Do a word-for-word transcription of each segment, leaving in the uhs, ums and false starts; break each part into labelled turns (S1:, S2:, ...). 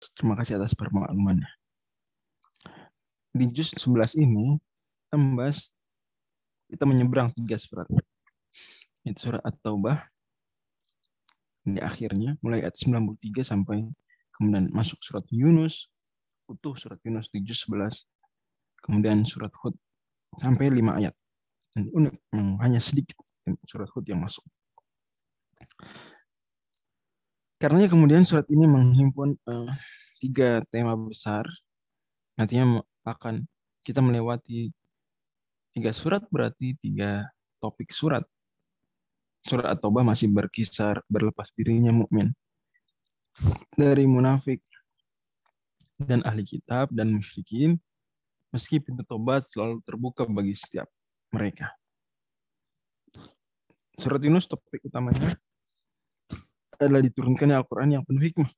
S1: Terima kasih atas permaklumannya. Di juz sebelas ini kita membahas, kita menyeberang tiga surat. Itu surat At-Taubah di akhirnya, mulai ayat sembilan puluh tiga sampai kemudian masuk surat Yunus, utuh surat Yunus di juz sebelas, kemudian surat Hud sampai lima ayat. Dan unik, hanya sedikit surat Hud yang masuk. Karena kemudian surat ini menghimpun uh, tiga tema besar, nantinya akan kita melewati tiga surat, berarti tiga topik surat. Surat At-Taubah masih berkisar berlepas dirinya mukmin dari munafik dan ahli kitab dan musyrikin, meski pintu tobat selalu terbuka bagi setiap mereka. Surat Yunus topik utamanya adalah diturunkannya Al-Quran yang penuh hikmah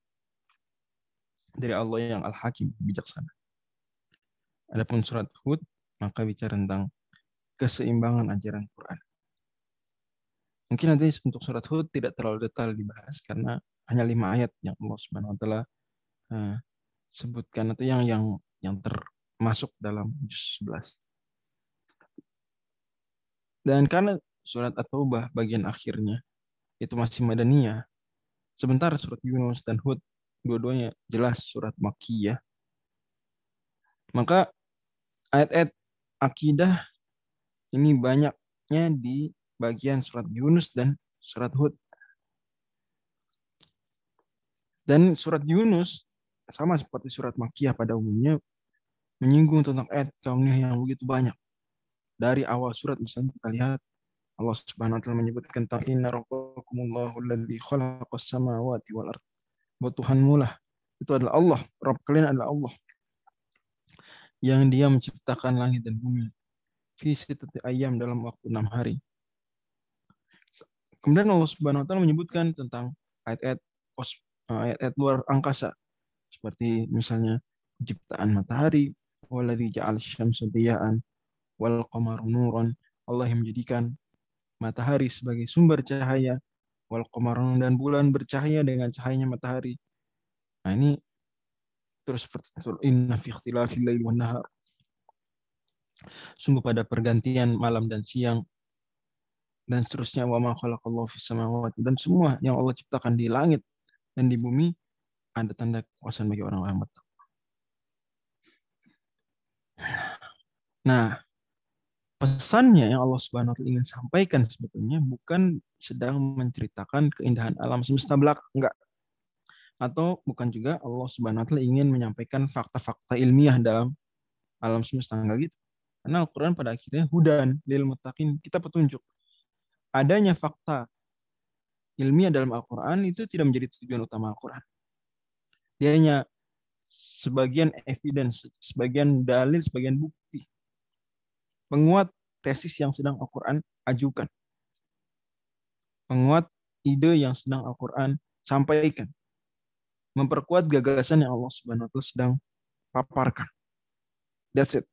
S1: dari Allah yang Al-Hakim, bijaksana. Adapun surat Hud maka bicara tentang keseimbangan ajaran Quran. Mungkin nanti untuk surat Hud tidak terlalu detail dibahas karena hanya lima ayat yang Allah Subhanahu Wa Taala uh, sebutkan atau yang yang yang termasuk dalam juz sebelas. Dan karena surat At-Taubah bagian akhirnya itu masih Madaniyah, sebentar surat Yunus dan Hud dua-duanya jelas surat Makkiyah, maka ayat-ayat akidah ini banyaknya di bagian surat Yunus dan surat Hud. Dan surat Yunus sama seperti surat Makkiyah pada umumnya menyinggung tentang ayat kauniyah yang begitu banyak. Dari awal surat misalnya kita lihat Allah Subhanahu wa taala menyebutkan tentang inna rabbakumullahu alladzi khalaqas samawati wal ardh. Bahwa Tuhanmu lah itu adalah Allah, Rabb kalian adalah Allah yang Dia menciptakan langit dan bumi fi sittati ayyam dalam waktu enam hari. Kemudian Allah Subhanahu wa taala menyebutkan tentang ayat-ayat ayat-ayat luar angkasa seperti misalnya penciptaan matahari, waladzi ja'al syamsa diya'an wal qamara nuran. Allah yang menjadikan matahari sebagai sumber cahaya, wal qamara dan bulan bercahaya dengan cahayanya matahari. Nah, ini terus seperti inna fi ikhtilafil laili wan nahar. Sungguh pada pergantian malam dan siang dan seterusnya, wa ma khalaqallahu fis samawati, dan semua yang Allah ciptakan di langit dan di bumi ada tanda kekuasaan bagi orang-orang bertakwa. Nah, pesannya yang Allah Subhanahu wa taala ingin sampaikan sebetulnya bukan sedang menceritakan keindahan alam semesta belaka, enggak. Atau bukan juga Allah Subhanahu wa taala ingin menyampaikan fakta-fakta ilmiah dalam alam semesta, enggak gitu. Karena Al-Qur'an pada akhirnya hudan lil muttaqin, kita petunjuk. Adanya fakta ilmiah dalam Al-Qur'an itu tidak menjadi tujuan utama Al-Qur'an. Dia hanya sebagian evidence, sebagian dalil, sebagian bukti penguat tesis yang sedang Al-Quran ajukan, penguat ide yang sedang Al-Quran sampaikan, memperkuat gagasan yang Allah Subhanahu wa taala sedang paparkan. That's it.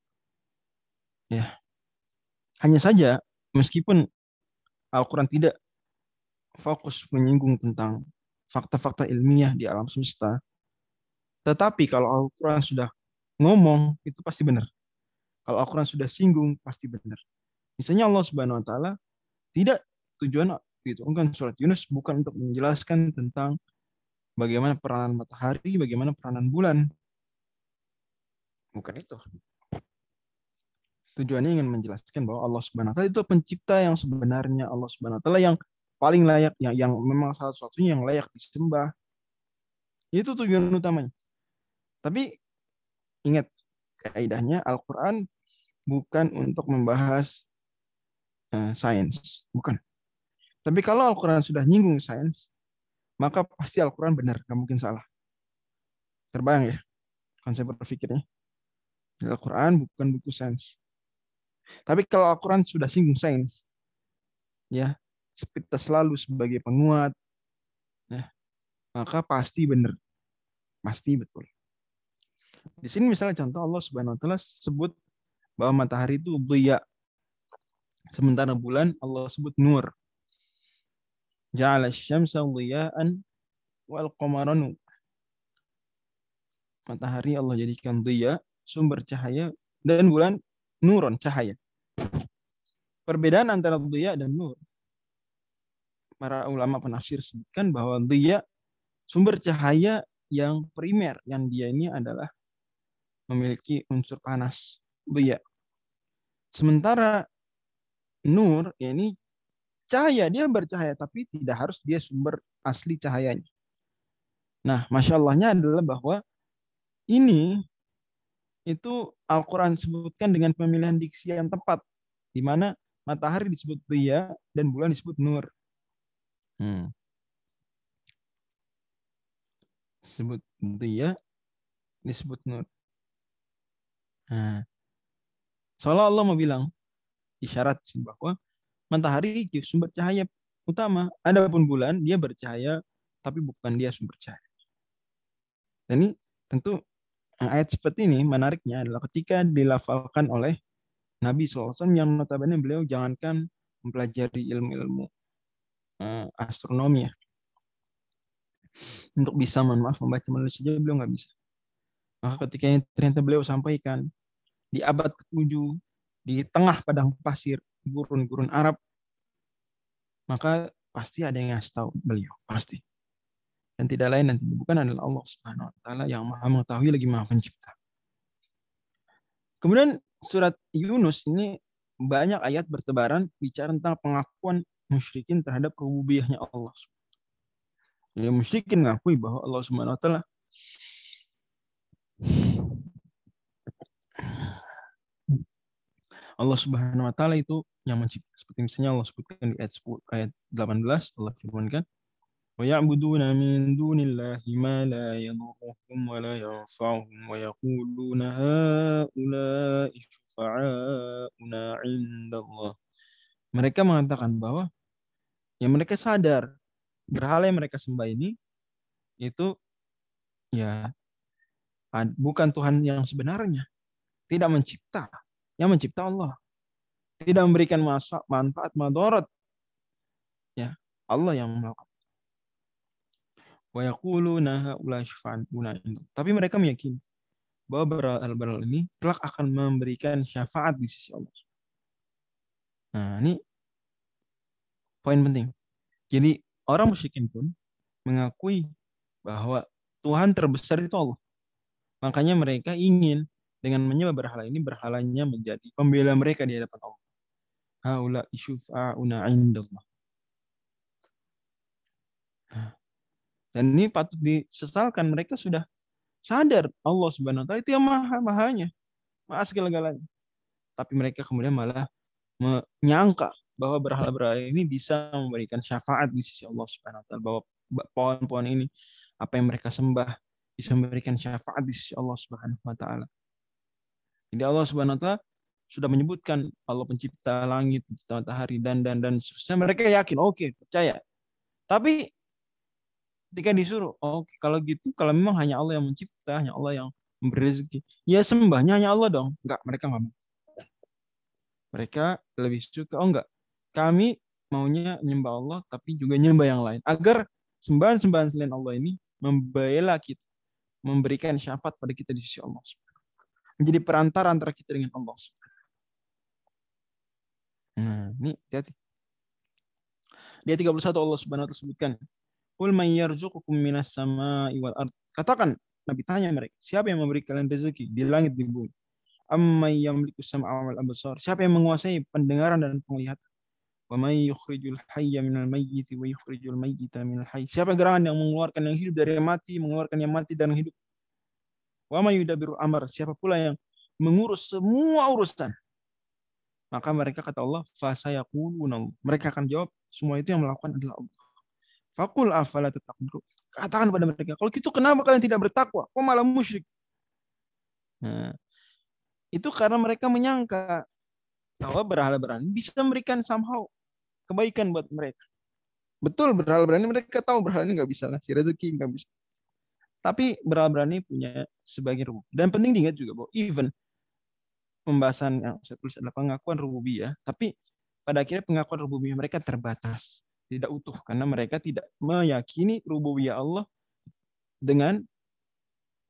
S1: Ya. Hanya saja meskipun Al-Quran tidak fokus menyinggung tentang fakta-fakta ilmiah di alam semesta, tetapi kalau Al-Quran sudah ngomong itu pasti benar. Kalau Al-Quran sudah singgung pasti benar. Misalnya Allah Subhanahu wa taala tidak tujuan diturunkan surat Yunus bukan untuk menjelaskan tentang bagaimana peranan matahari, bagaimana peranan bulan. Bukan itu. Tujuannya ingin menjelaskan bahwa Allah Subhanahu wa taala itu pencipta yang sebenarnya, Allah Subhanahu wa taala yang paling layak, yang, yang memang salah satunya yang layak disembah. Itu tujuan utamanya. Tapi ingat kaidahnya, Al-Quran bukan untuk membahas uh, sains, bukan. Tapi kalau Al-Quran sudah nyinggung sains, maka pasti Al-Quran benar, nggak mungkin salah. Terbayang ya konsep berpikirnya? Al-Quran bukan buku sains. Tapi kalau Al-Quran sudah singgung sains, ya, kita selalu sebagai penguat, ya, maka pasti benar, pasti betul. Di sini misalnya contoh Allah Subhanahu wa taala sebut bahwa matahari itu dhiya, sementara bulan Allah sebut nur. Ja'ala asy-syamsa dhiya'an wal qamara nur. Matahari Allah jadikan dhiya, sumber cahaya, dan bulan nuron, cahaya. Perbedaan antara dhiya dan nur, para ulama penafsir sebutkan bahwa dhiya sumber cahaya yang primer, yang dia ini adalah memiliki unsur panas, dhiya. Sementara nur, ya ini cahaya, dia bercahaya, tapi tidak harus dia sumber asli cahayanya. Nah, Masya Allahnya adalah bahwa ini itu Al-Quran sebutkan dengan pemilihan diksi yang tepat, di mana matahari disebut dhiya dan bulan disebut nur. Hmm. Disebut dhiya, disebut nur. Nah, seolah Allah mau bilang, isyarat bahwa matahari sumber cahaya utama, adapun bulan dia bercahaya, tapi bukan dia sumber cahaya. Dan ini tentu ayat seperti ini menariknya adalah ketika dilafalkan oleh Nabi shallallahu alaihi wasallam yang notabene beliau jangankan mempelajari ilmu-ilmu uh, astronomi ya. Untuk bisa, mohon maaf, membaca menulis saja beliau nggak bisa. Maka ketika ini ternyata beliau sampaikan di abad ketujuh, di tengah padang pasir, gurun-gurun Arab, maka pasti ada yang ngasih tahu beliau, pasti. Dan tidak lain dan tidak bukan adalah Allah Subhanahu wa taala yang Maha mengetahui lagi Maha pencipta. Kemudian surat Yunus ini banyak ayat bertebaran bicara tentang pengakuan musyrikin terhadap rububiyahnya Allah. Jadi musyrikin mengakui bahwa Allah Subhanahu wa taala Allah Subhanahu wa taala itu yang mencipta. Seperti misalnya Allah sebutkan di ayat sepuluh, ayat delapan belas, Allah firmankan, "Wa ya'buduna min dunillahi ma la yadhurruhum wa la yanfa'uhum wa yaquluna haula'i syufa'auna 'indallah." Mereka mengatakan bahwa ya mereka sadar berhala yang mereka sembah ini itu ya bukan Tuhan yang sebenarnya, tidak mencipta. Yang mencipta Allah, tidak memberikan masa, manfaat madarat, ya Allah yang melakukan. Wa yaquluna haula syafa'atuna indah. Tapi mereka meyakini bahwa berhala-berhala ini kelak akan memberikan syafaat di sisi Allah. Nah, ini poin penting. Jadi orang musyrikin pun mengakui bahwa Tuhan terbesar itu Allah. Makanya mereka ingin dengan menyembah berhala ini, berhalanya menjadi pembela mereka di hadapan Allah. Haula syufa'una indallah. Dan ini patut disesalkan, mereka sudah sadar Allah Subhanahu wa taala itu yang maha mahanya, maha segala-galanya. Tapi mereka kemudian malah menyangka bahwa berhala-berhala ini bisa memberikan syafaat di sisi Allah Subhanahu wa taala, bahwa pohon-pohon ini apa yang mereka sembah bisa memberikan syafaat di sisi Allah Subhanahu wa taala. Jadi Allah Subhanahu wa taala sudah menyebutkan Allah pencipta langit, pencipta matahari dan dan dan seterusnya. Mereka yakin, oke, okay, percaya. Tapi ketika disuruh, oke, okay, kalau gitu, kalau memang hanya Allah yang mencipta, hanya Allah yang memberi rezeki, ya sembahnya hanya Allah dong. Enggak, mereka enggak mau. Mereka lebih suka, oh enggak, kami maunya nyembah Allah, tapi juga nyembah yang lain. Agar sembahan-sembahan selain Allah ini membela kita, memberikan syafaat pada kita di sisi Allah. Menjadi perantara antara kita dengan Allah. Nah, ini hati-hati. Di ayat tiga puluh satu Allah Subhanahu wa taala sebutkan, "Qul may yarzuqukum minas sama'i wal ard." Katakan, Nabi tanya mereka, siapa yang memberi kalian rezeki di langit di bumi? Ammay yamliku sam'a wal absar. Siapa yang menguasai pendengaran dan penglihatan? Wa may yukhrijul hayya minal mayyiti wa yukhrijul mayyita minal hayy. Siapa gerangan yang mengeluarkan yang hidup dari yang mati, mengeluarkan yang mati dari yang hidup? Wa may yudabbirul amr. Siapa pula yang mengurus semua urusan? Maka mereka kata Allah, fa sayaquluna. Mereka akan jawab, semua itu yang melakukan adalah Allah. Faqul afala tattaqun. Katakan pada mereka, kalau gitu kenapa kalian tidak bertakwa? Kok malah musyrik? Nah, itu karena mereka menyangka bahwa berhala-berhala bisa memberikan somehow kebaikan buat mereka. Betul, berhala-berhala mereka tahu berhala ini nggak bisa ngasih rezeki, nggak bisa. Tapi berhala-berhala ini punya sebagian rububiyah. Dan penting diingat juga bahwa even pembahasan yang saya tulis adalah pengakuan rububiyah, tapi pada akhirnya pengakuan rububiyah mereka terbatas, tidak utuh, karena mereka tidak meyakini rububiyah Allah dengan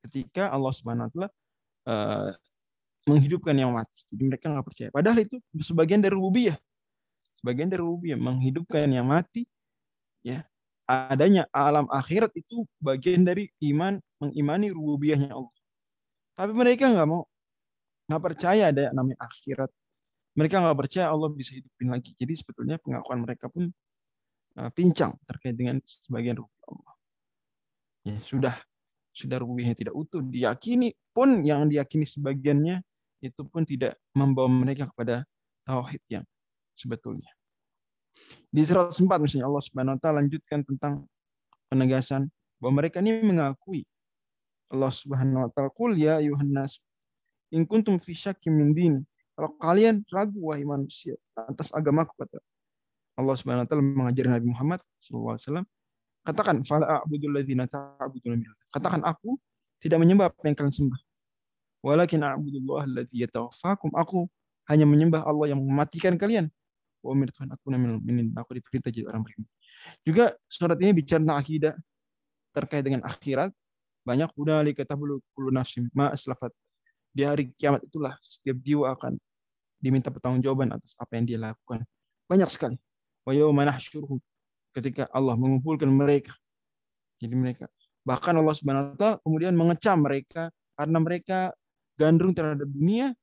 S1: ketika Allah Subhanahu wa taala uh, menghidupkan yang mati. Jadi mereka nggak percaya. Padahal itu sebagian dari rububiyah. Sebagian dari rububiyah menghidupkan yang mati, ya. Adanya alam akhirat itu bagian dari iman, mengimani rububiyahnya Allah. Tapi mereka nggak mau, nggak percaya ada yang namanya akhirat. Mereka nggak percaya Allah bisa hidupin lagi. Jadi sebetulnya pengakuan mereka pun uh, pincang terkait dengan sebagian rububiyah Allah. Ya sudah, sudah rububiyahnya tidak utuh, diyakini pun yang diyakini sebagiannya itu pun tidak membawa mereka kepada tauhid yang sebetulnya. Di seratus empat misalnya Allah Subhanahu wa taala lanjutkan tentang penegasan bahwa mereka ini mengakui Allah Subhanahu wa taala, "Qul ya ayuhan nas in kuntum fi syakkin min dini." Kalau kalian ragu wahai manusia atas agamaku, kata Allah Subhanahu wa taala mengajar Nabi Muhammad sallallahu alaihi wasallam, katakan fala a'budul ladzina ta'buduna min. Katakan aku tidak menyembah apa yang kalian sembah. Walakin a'budullah alladzi yatawaffakum. Aku hanya menyembah Allah yang mematikan kalian. Wa umirtu an akuna minal mu'minin. Aku diperintah jadi orang beriman. Juga surat ini bicara tentang akidah terkait dengan akhirat. Banyak udah li katabulu kullu nafsin ma aslafat. Di hari kiamat itulah setiap jiwa akan diminta pertanggungjawaban atas apa yang dia lakukan. Banyak sekali. Wa yauma nahsyuruhum, ketika Allah mengumpulkan mereka. Jadi mereka, bahkan Allah Subhanahu wa taala kemudian mengecam mereka karena mereka gandrung terhadap dunia,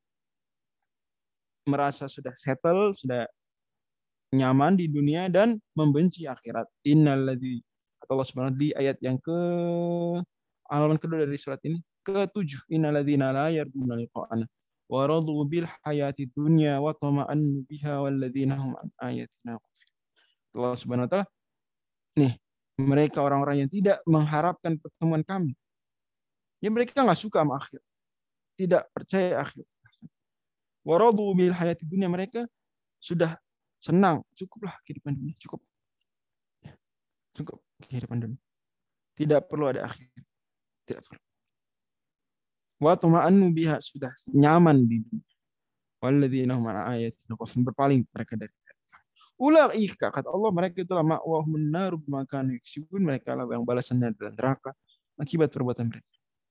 S1: merasa sudah settle, sudah nyaman di dunia dan membenci akhirat. Innalladzi, kata Allah Subhanahu wa taala di ayat yang ke halaman kedua dari surat ini, ketujuh, innalladzina la yarjuna liqa'ana wa radu bil hayati dunya wa tama'annu biha walladzina hum an ayatina ghafilun. Allah Subhanahu wa taala, nih, mereka orang-orang yang tidak mengharapkan pertemuan kami. Ya mereka nggak suka sama akhir, tidak percaya akhir. Waradu bil hayati dunia, mereka sudah senang, cukuplah kehidupan dunia, cukup, cukup kehidupan dunia, tidak perlu ada akhir, tidak perlu. Wa tuma'annu biha, sudah nyaman di dunia. Walladzina hum an ayatina ghafilun, berpaling mereka dari ulaika, kata Allah, mereka itulah ma'wahumun nar bima kanu yaksibun, mereka lah yang balasannya adalah neraka akibat perbuatan mereka.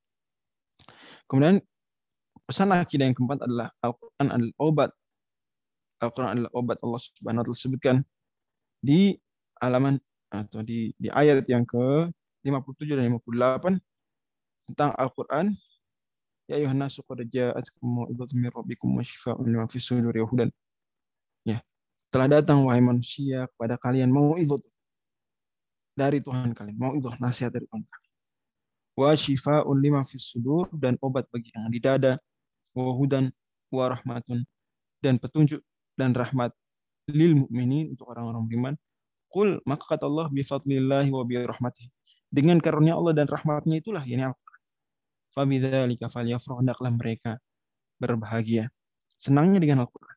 S1: Kemudian pesan akidah yang keempat adalah Al-Quran adalah obat. Al-Quran adalah obat. Allah Subhanahu wa taala sebutkan di halaman atau di di ayat yang ke lima puluh tujuh dan lima puluh delapan tentang Al-Quran. Ya ayuhan nasu qad ja'atkum mau'izatun min rabbikum wa shifaa'un lima fis suduri wa hudan. Ya, telah datang wahai manusia kepada kalian mau'izah dari Tuhan kalian, mau'izah, nasihat dari Tuhan kalian. Wa shifaa'un lima fis sudur, dan obat bagi yang di dada, wa hudan wa rahmatun, dan petunjuk dan rahmat lil mu'minin, untuk orang-orang beriman. Qul, maka kata Allah, bi fadlillahi wa bi rahmatihi, dengan karunia Allah dan rahmatnya itulah ini Al-Quran. Fa bidzalika falyafrahu, hendaklah mereka berbahagia, senangnya dengan Al-Quran.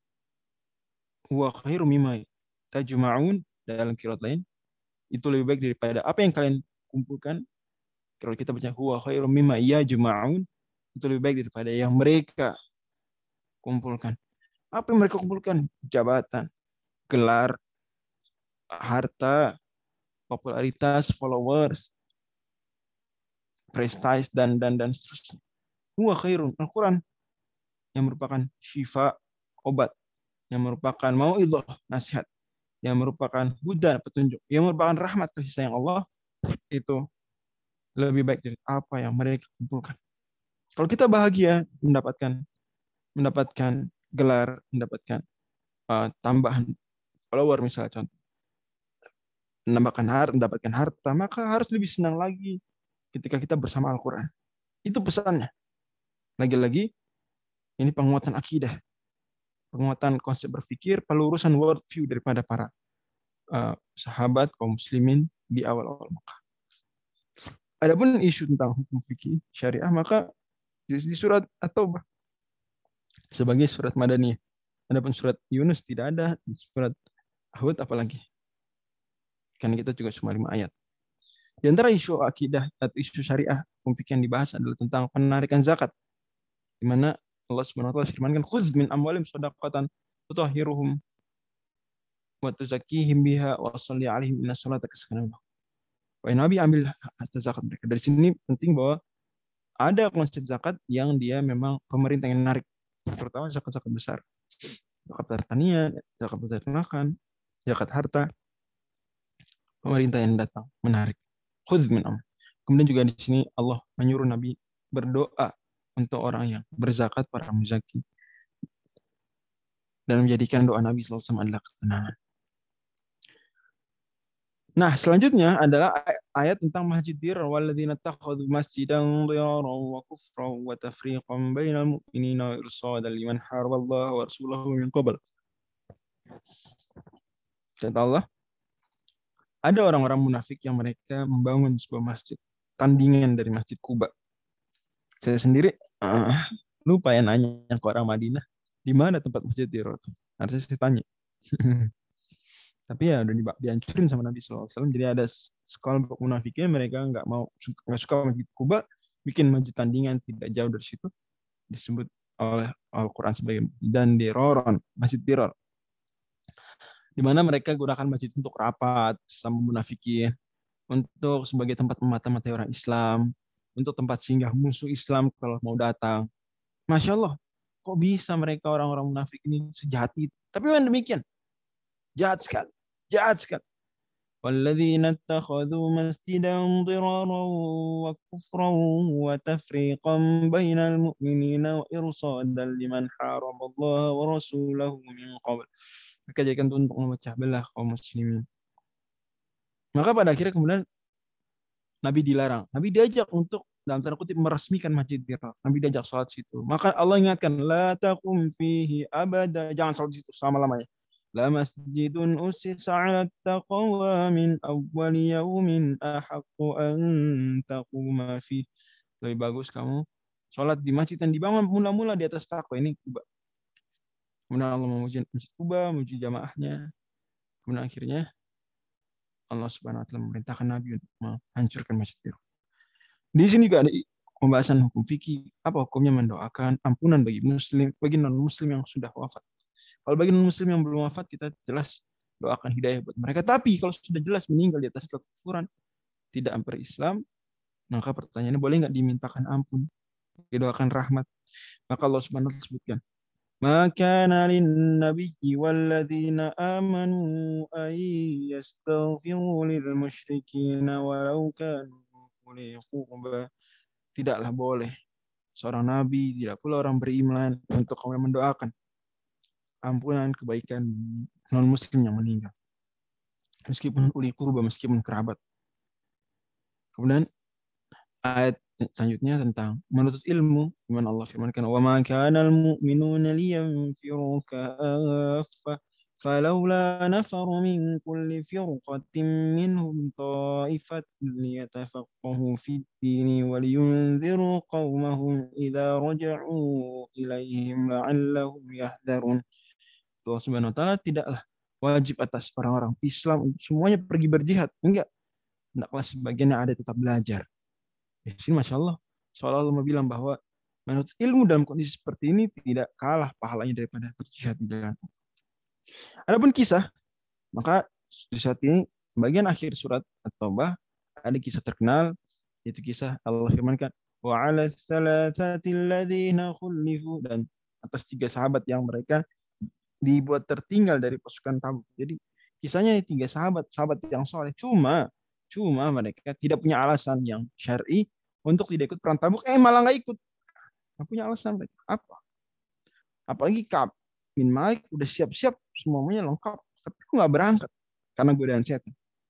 S1: Wa khairu mimma tajma'un, dalam qiraat lain, itu lebih baik daripada apa yang kalian kumpulkan. Kalau kita baca huwa khairu mimma yajma'un, itu lebih baik daripada yang mereka kumpulkan. Apa yang mereka kumpulkan? Jabatan, gelar, harta, popularitas, followers, prestige, dan dan dan seterusnya. Huwa khairun, Al-Quran yang merupakan syifa, obat, yang merupakan mau'izah, nasihat, yang merupakan huda, petunjuk, yang merupakan rahmat, kasih sayang Allah, itu lebih baik dari apa yang mereka kumpulkan. Kalau kita bahagia mendapatkan mendapatkan gelar, mendapatkan uh, tambahan follower misalnya, contoh, menambahkan harta, mendapatkan harta, maka harus lebih senang lagi ketika kita bersama Al-Quran. Itu pesannya. Lagi-lagi, ini penguatan akidah, penguatan konsep berpikir, pelurusan world view daripada para uh, sahabat kaum muslimin di awal-awal Makkah. Adapun isu tentang hukum fikih syariah, maka di surat At-Taubah sebagai surat Madaniyah. Adapun surat Yunus tidak ada, surat Hud apalagi. Karena kita juga cuma lima ayat. Di antara isu akidah atau isu syariah hukum fikih yang dibahas adalah tentang penarikan zakat, di mana Allah Subhanahu wa taala firmankan, "Khudz min amwalihim shadaqatan tutahhiruhum wa tuzakkihim biha wa shalli 'alaihim inna salataka sakanun lahum." Wahai Nabi, ambil harta zakat mereka. Dari sini penting bahwa Ada konsep zakat yang dia memang pemerintah yang menarik, terutama zakat-zakat besar. Zakat pertanian, zakat peternakan, zakat harta, pemerintah yang datang menarik. Khudz min am. Kemudian juga di sini Allah menyuruh Nabi berdoa untuk orang yang berzakat, para muzaki, dan menjadikan doa Nabi shallallahu alaihi wasallam adalah ketenangan. Nah, selanjutnya adalah ayat tentang Masjid Dirar, walladzina takhadhu masjidan dhiraran wa kufran wa tafriqan bainal mu'minina wa irsadan liman haraballahu wa rasulahu min qabl. Kata Allah, ada orang-orang munafik yang mereka membangun sebuah masjid, tandingan dari Masjid Kuba. Saya sendiri uh, lupa ya nanya ke orang Madinah, di mana tempat Masjid Dirar? Harusnya saya tanya. Tapi ya udah dihancurin sama Nabi shallallahu alaihi wasallam. Jadi ada sekelompok munafiknya, mereka nggak mau, nggak suka Masjid Kuba, bikin masjid tandingan tidak jauh dari situ, disebut oleh Al-Quran sebagai dan Diroron, Masjid Diror, di mana mereka gunakan masjid untuk rapat sama munafikin, untuk sebagai tempat memata-matai orang Islam, untuk tempat singgah musuh Islam kalau mau datang. Masya Allah, kok bisa mereka orang-orang munafik ini sejahat itu? Tapi memang demikian, jahat sekali. Jahat sekali. Walladzina ittakhadhu masjidan dhiraran wa kufran wa tafriqan bainal mu'minina wa irsadan liman haraballaha wa rasulahu min qabl. Mereka jadikan itu untuk memecah belah kaum muslimin. Maka pada akhirnya kemudian Nabi dilarang. Nabi diajak untuk dalam tanda kutip meresmikan Masjid Dirar. Nabi diajak sholat situ. Maka Allah ingatkan, la taqum fihi abada, jangan sholat situ selama-lamanya. La masjidun usisa 'ala taqwa min awwali yaumin ahaqqu an taquma fi. Lebih bagus kamu sholat di masjid yang dibangun mula-mula di atas takwa. Ini Kuba. Kemudian Allah memuji Masjid Kuba, memuji jamaahnya. Kemudian akhirnya Allah Subhanahu wa taala memerintahkan Nabi untuk menghancurkan Masjid Dirar. Di sini juga ada pembahasan hukum fikih, apa hukumnya mendoakan ampunan bagi muslim, bagi non-muslim yang sudah wafat. Kalau bagi non-muslim yang belum wafat, kita jelas doakan hidayah buat mereka. Tapi kalau sudah jelas meninggal di atas kekufuran, tidak berislam, maka pertanyaannya, boleh nggak dimintakan ampun, didoakan rahmat? Maka Allah Subhanahu wa taala sebutkan, ma kana lin-nabiyyi walladzina amanu ay yastaghfiru lil musyrikin walau kanu uli qurba. Tidaklah boleh seorang nabi, tidak pula orang beriman untuk kemudian mendoakan ampunan kebaikan non muslim yang meninggal, meskipun uli qurba, meskipun kerabat. Kemudian ayat selanjutnya tentang menuntut ilmu, di mana Allah firmankan, wa ma kana al-mu'minuna liyanfiru kaffa falawla nafaru min kulli firqatin minhum ta'ifatun liyatafaqahu fid dini wa liyunziru qaumahum idza raja'u ilaihim la'allahum yahdharun. Allah Subhanahu wa taala tidaklah wajib atas orang-orang Islam untuk semuanya pergi berjihad, enggak. Hendaklah sebagian yang ada tetap belajar. Di sini Masya Allah, seolah Allah bilang bahwa menurut ilmu dalam kondisi seperti ini tidak kalah pahalanya daripada berjihad di jalan. Adapun kisah, maka di saat ini bagian akhir surat At-Taubah ada kisah terkenal, yaitu kisah Allah firmankan, wa 'ala tsalatsati alladziina khulifu, dan atas tiga sahabat yang mereka dibuat tertinggal dari pasukan Tabuk. Jadi kisahnya tiga sahabat, sahabat yang soleh, cuma cuma mereka tidak punya alasan yang syar'i untuk tidak ikut perang Tabuk, eh malah nggak ikut. Nggak punya alasan mereka. Apa? Apalagi Ka'ab bin Malik udah siap-siap, semuanya lengkap, tapi aku nggak berangkat karena godaan setan.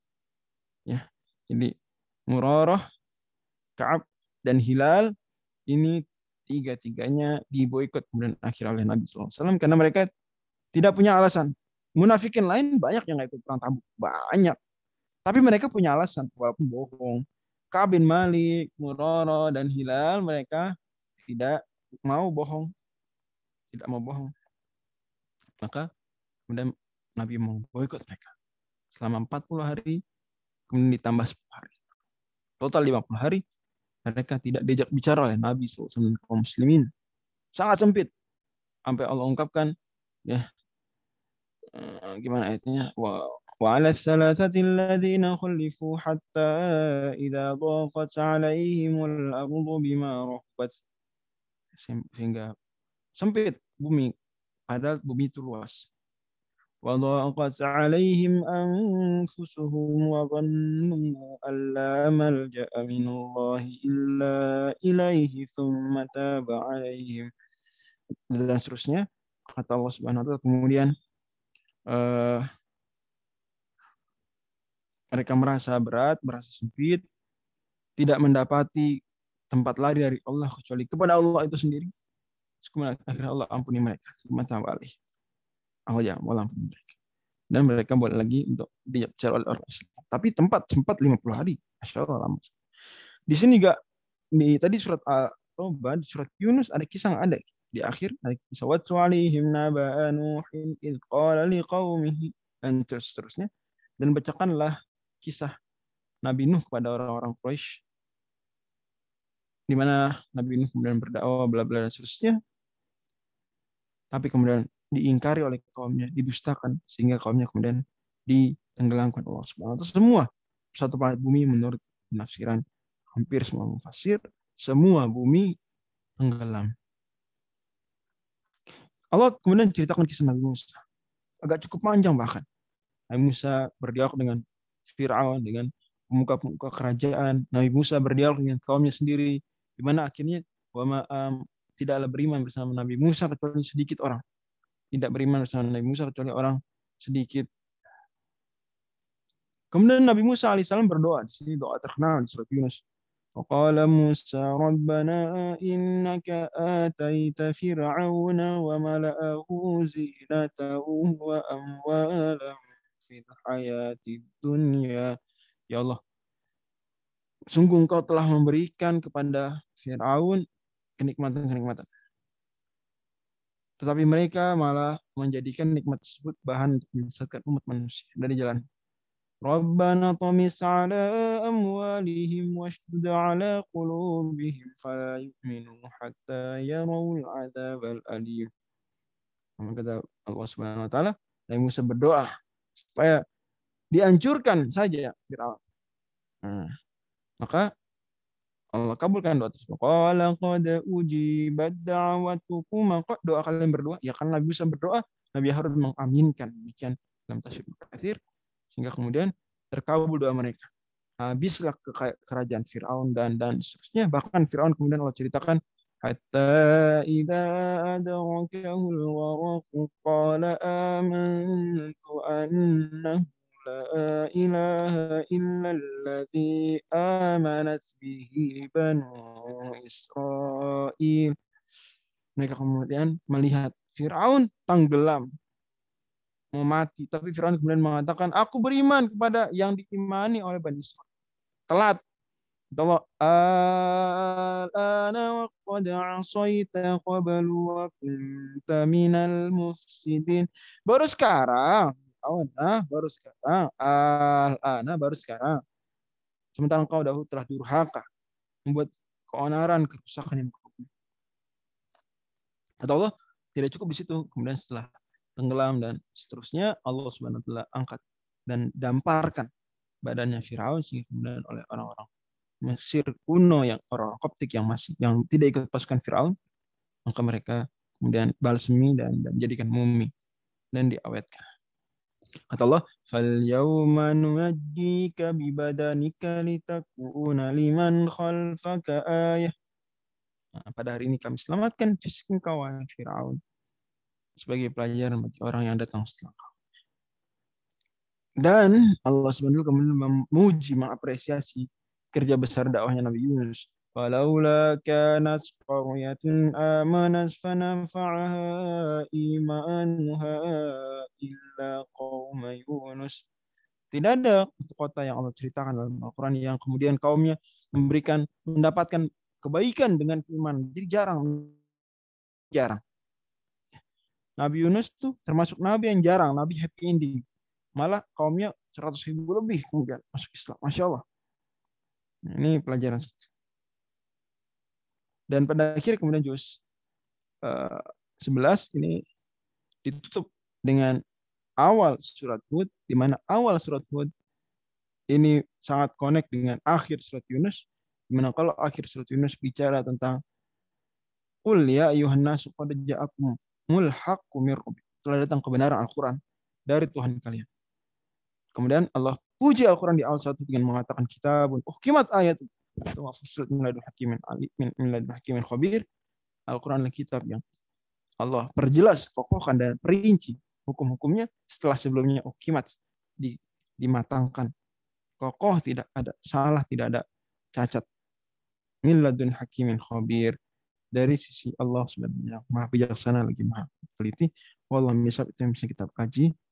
S1: Ya, jadi Murarah, Ka'ab, dan Hilal ini tiga-tiganya diboikot kemudian akhir oleh Nabi shallallahu alaihi wasallam karena mereka tidak punya alasan. Munafikin lain banyak yang nggak ikut perang Tabuk, banyak. Tapi mereka punya alasan, walaupun bohong. Ka'ab bin Malik, Murarah, dan Hilal, mereka tidak mau bohong. Tidak mau bohong. Maka kemudian Nabi mau boikot mereka. Selama empat puluh hari, kemudian ditambah sepuluh hari. Total lima puluh hari, mereka tidak diajak bicara oleh Nabi shallallahu alaihi wasallam kaum muslimin. Sangat sempit. Sampai Allah ungkapkan, ya, gimana ayatnya? Wow. وعلى الثلاثة الذين خلفوا حتى إذا ضاقت عليهم الأرض بما رحبت, sehingga sempit bumi, padahal bumi itu luas. وضاقت عليهم أنفسهم وظنوا أن لا ملجأ من الله إلا إليه ثم تاب عليهم, dan seterusnya. Kata Allah Subhanahu wa taala, kemudian uh, mereka merasa berat, merasa sempit, tidak mendapati tempat lari dari Allah kecuali kepada Allah itu sendiri. Kemudian akhirnya Allah ampuni mereka. Allah ya Allah ampuni mereka. Dan mereka boleh lagi untuk dijajar oleh orang Islam. Tapi tempat sempat lima puluh hari. Masya Allah lama. Di sini juga, di tadi surat At-Taubah, di surat Yunus ada kisah yang ada. Di akhir ada kisah watlu alaihim naba'a Nuhin idh qala liqaumihi, dan seterusnya. Dan bacakanlah kisah Nabi Nuh kepada orang-orang Quraisy, di mana Nabi Nuh kemudian berdakwah bla bla dan seterusnya. Tapi kemudian diingkari oleh kaumnya, didustakan, sehingga kaumnya kemudian ditenggelamkan Allah Subhanahu wa taala. Semua satu planet bumi menurut penafsiran hampir semua mufasir, semua bumi tenggelam. Allah kemudian ceritakan kisah Nabi Musa. Agak cukup panjang bahkan. Nabi Musa berdialog dengan Fir'aun, dengan pemuka-pemuka kerajaan. Nabi Musa berdialog dengan kaumnya sendiri, di mana akhirnya wama um, tidaklah beriman bersama Nabi Musa kecuali sedikit orang. Tidak beriman bersama Nabi Musa kecuali orang sedikit. Kemudian Nabi Musa alaihissalam berdoa. Di sini doa terkenal di surat Yunus. Waqala Musa Rabbana innaka ataita fir'auna wa mala'ahu zinatahu wa amwalan fil hayatid dunya. Ya Allah, sungguh Engkau telah memberikan kepada Fir'aun kenikmatan-kenikmatan, tetapi mereka malah menjadikan nikmat tersebut bahan untuk menyesatkan umat manusia dari jalan. Rabbana tamis ala amwalihim washdud ala qulubihim fala yu'minu hatta yarawul adzabal alim. Kata Allah Subhanahu wa taala, Nabi Musa berdoa supaya dihancurkan saja Firaun. Nah, maka Allah kabulkan doa tersebut. Qala qad ujibat da'watukuma, kok doa kalian berdua? Ya kan Nabi Musa berdoa, Nabi Harun mengaminkan. Demikian dalam tafsir Katsir, sehingga kemudian terkabul doa mereka. Habislah ke kerajaan Firaun dan dan seterusnya. Bahkan Firaun kemudian Allah ceritakan, hatta idza adrakahul waraq qala amantu annahu la ilaha illalladzi amanat bihi banu Israil. Mereka kemudian melihat Firaun tenggelam, mau mati, tapi Firaun kemudian mengatakan, aku beriman kepada yang diimani oleh Bani Israil. Telat. Allah, al-ana wa qad 'asaita qablu wa kunta minal mufsidin. Baru sekarang Nah, baru sekarang, al-ana baru sekarang. Sementara engkau dahulu telah durhaka, membuat keonaran, kerusakan yang berikutnya. Kata Allah, tidak cukup di situ. Kemudian setelah tenggelam dan seterusnya, Allah Subhanahu wa taala angkat dan damparkan badannya Firaun, sehingga kemudian oleh orang-orang Mesir kuno, yang orang Koptik yang masih yang tidak ikut pasukan Firaun, maka mereka kemudian balsemi dan, dan jadikan mumi dan diawetkan. Kata Allah, fal yauma nunajjika bi badanika litakuna liman khalfaka ayah. Nah, pada hari ini kami selamatkan fisik engkau Firaun sebagai pelajaran bagi orang yang datang setelah kau. Dan Allah Subhanahu wa taala kemudian memuji, mengapresiasi kerja besar dakwahnya Nabi Yunus. Falaula kanat qaryatun amanat fanafa'aha imanuha illa qauma Yunus. Tidak ada kota yang Allah ceritakan dalam Al-Quran yang kemudian kaumnya memberikan mendapatkan kebaikan dengan iman. Jadi jarang, jarang. Nabi Yunus tuh termasuk nabi yang jarang, nabi happy ending. Malah kaumnya seratus ribu lebih kemudian masuk Islam. Masya Allah. Nah, ini pelajaran. Dan pada akhir kemudian juz uh, sebelas ini ditutup dengan awal surat Hud, di mana awal surat Hud ini sangat connect dengan akhir surat Yunus, di mana kalau akhir surat Yunus bicara tentang Qul ya ayuhan nasu qad ja'akumul haqqu mir rabbikum. Telah datang kebenaran Al-Quran dari Tuhan kalian. Kemudian Allah puji Al-Quran di awal satu dengan mengatakan kitabun uhkimat ayat itu wafusilat min ladun hakimin ali min ladun hakimin khabir. Al-Quran adalah kitab yang Allah perjelas, kokohkan dan perinci hukum-hukumnya setelah sebelumnya uhkimat di, dimatangkan. Kokoh, tidak ada salah, tidak ada cacat. Min ladun hakimin khabir. Dari sisi Allah sebenarnya maha bijaksana lagi maha teliti. Wallahu misal itu yang bisa kita kaji.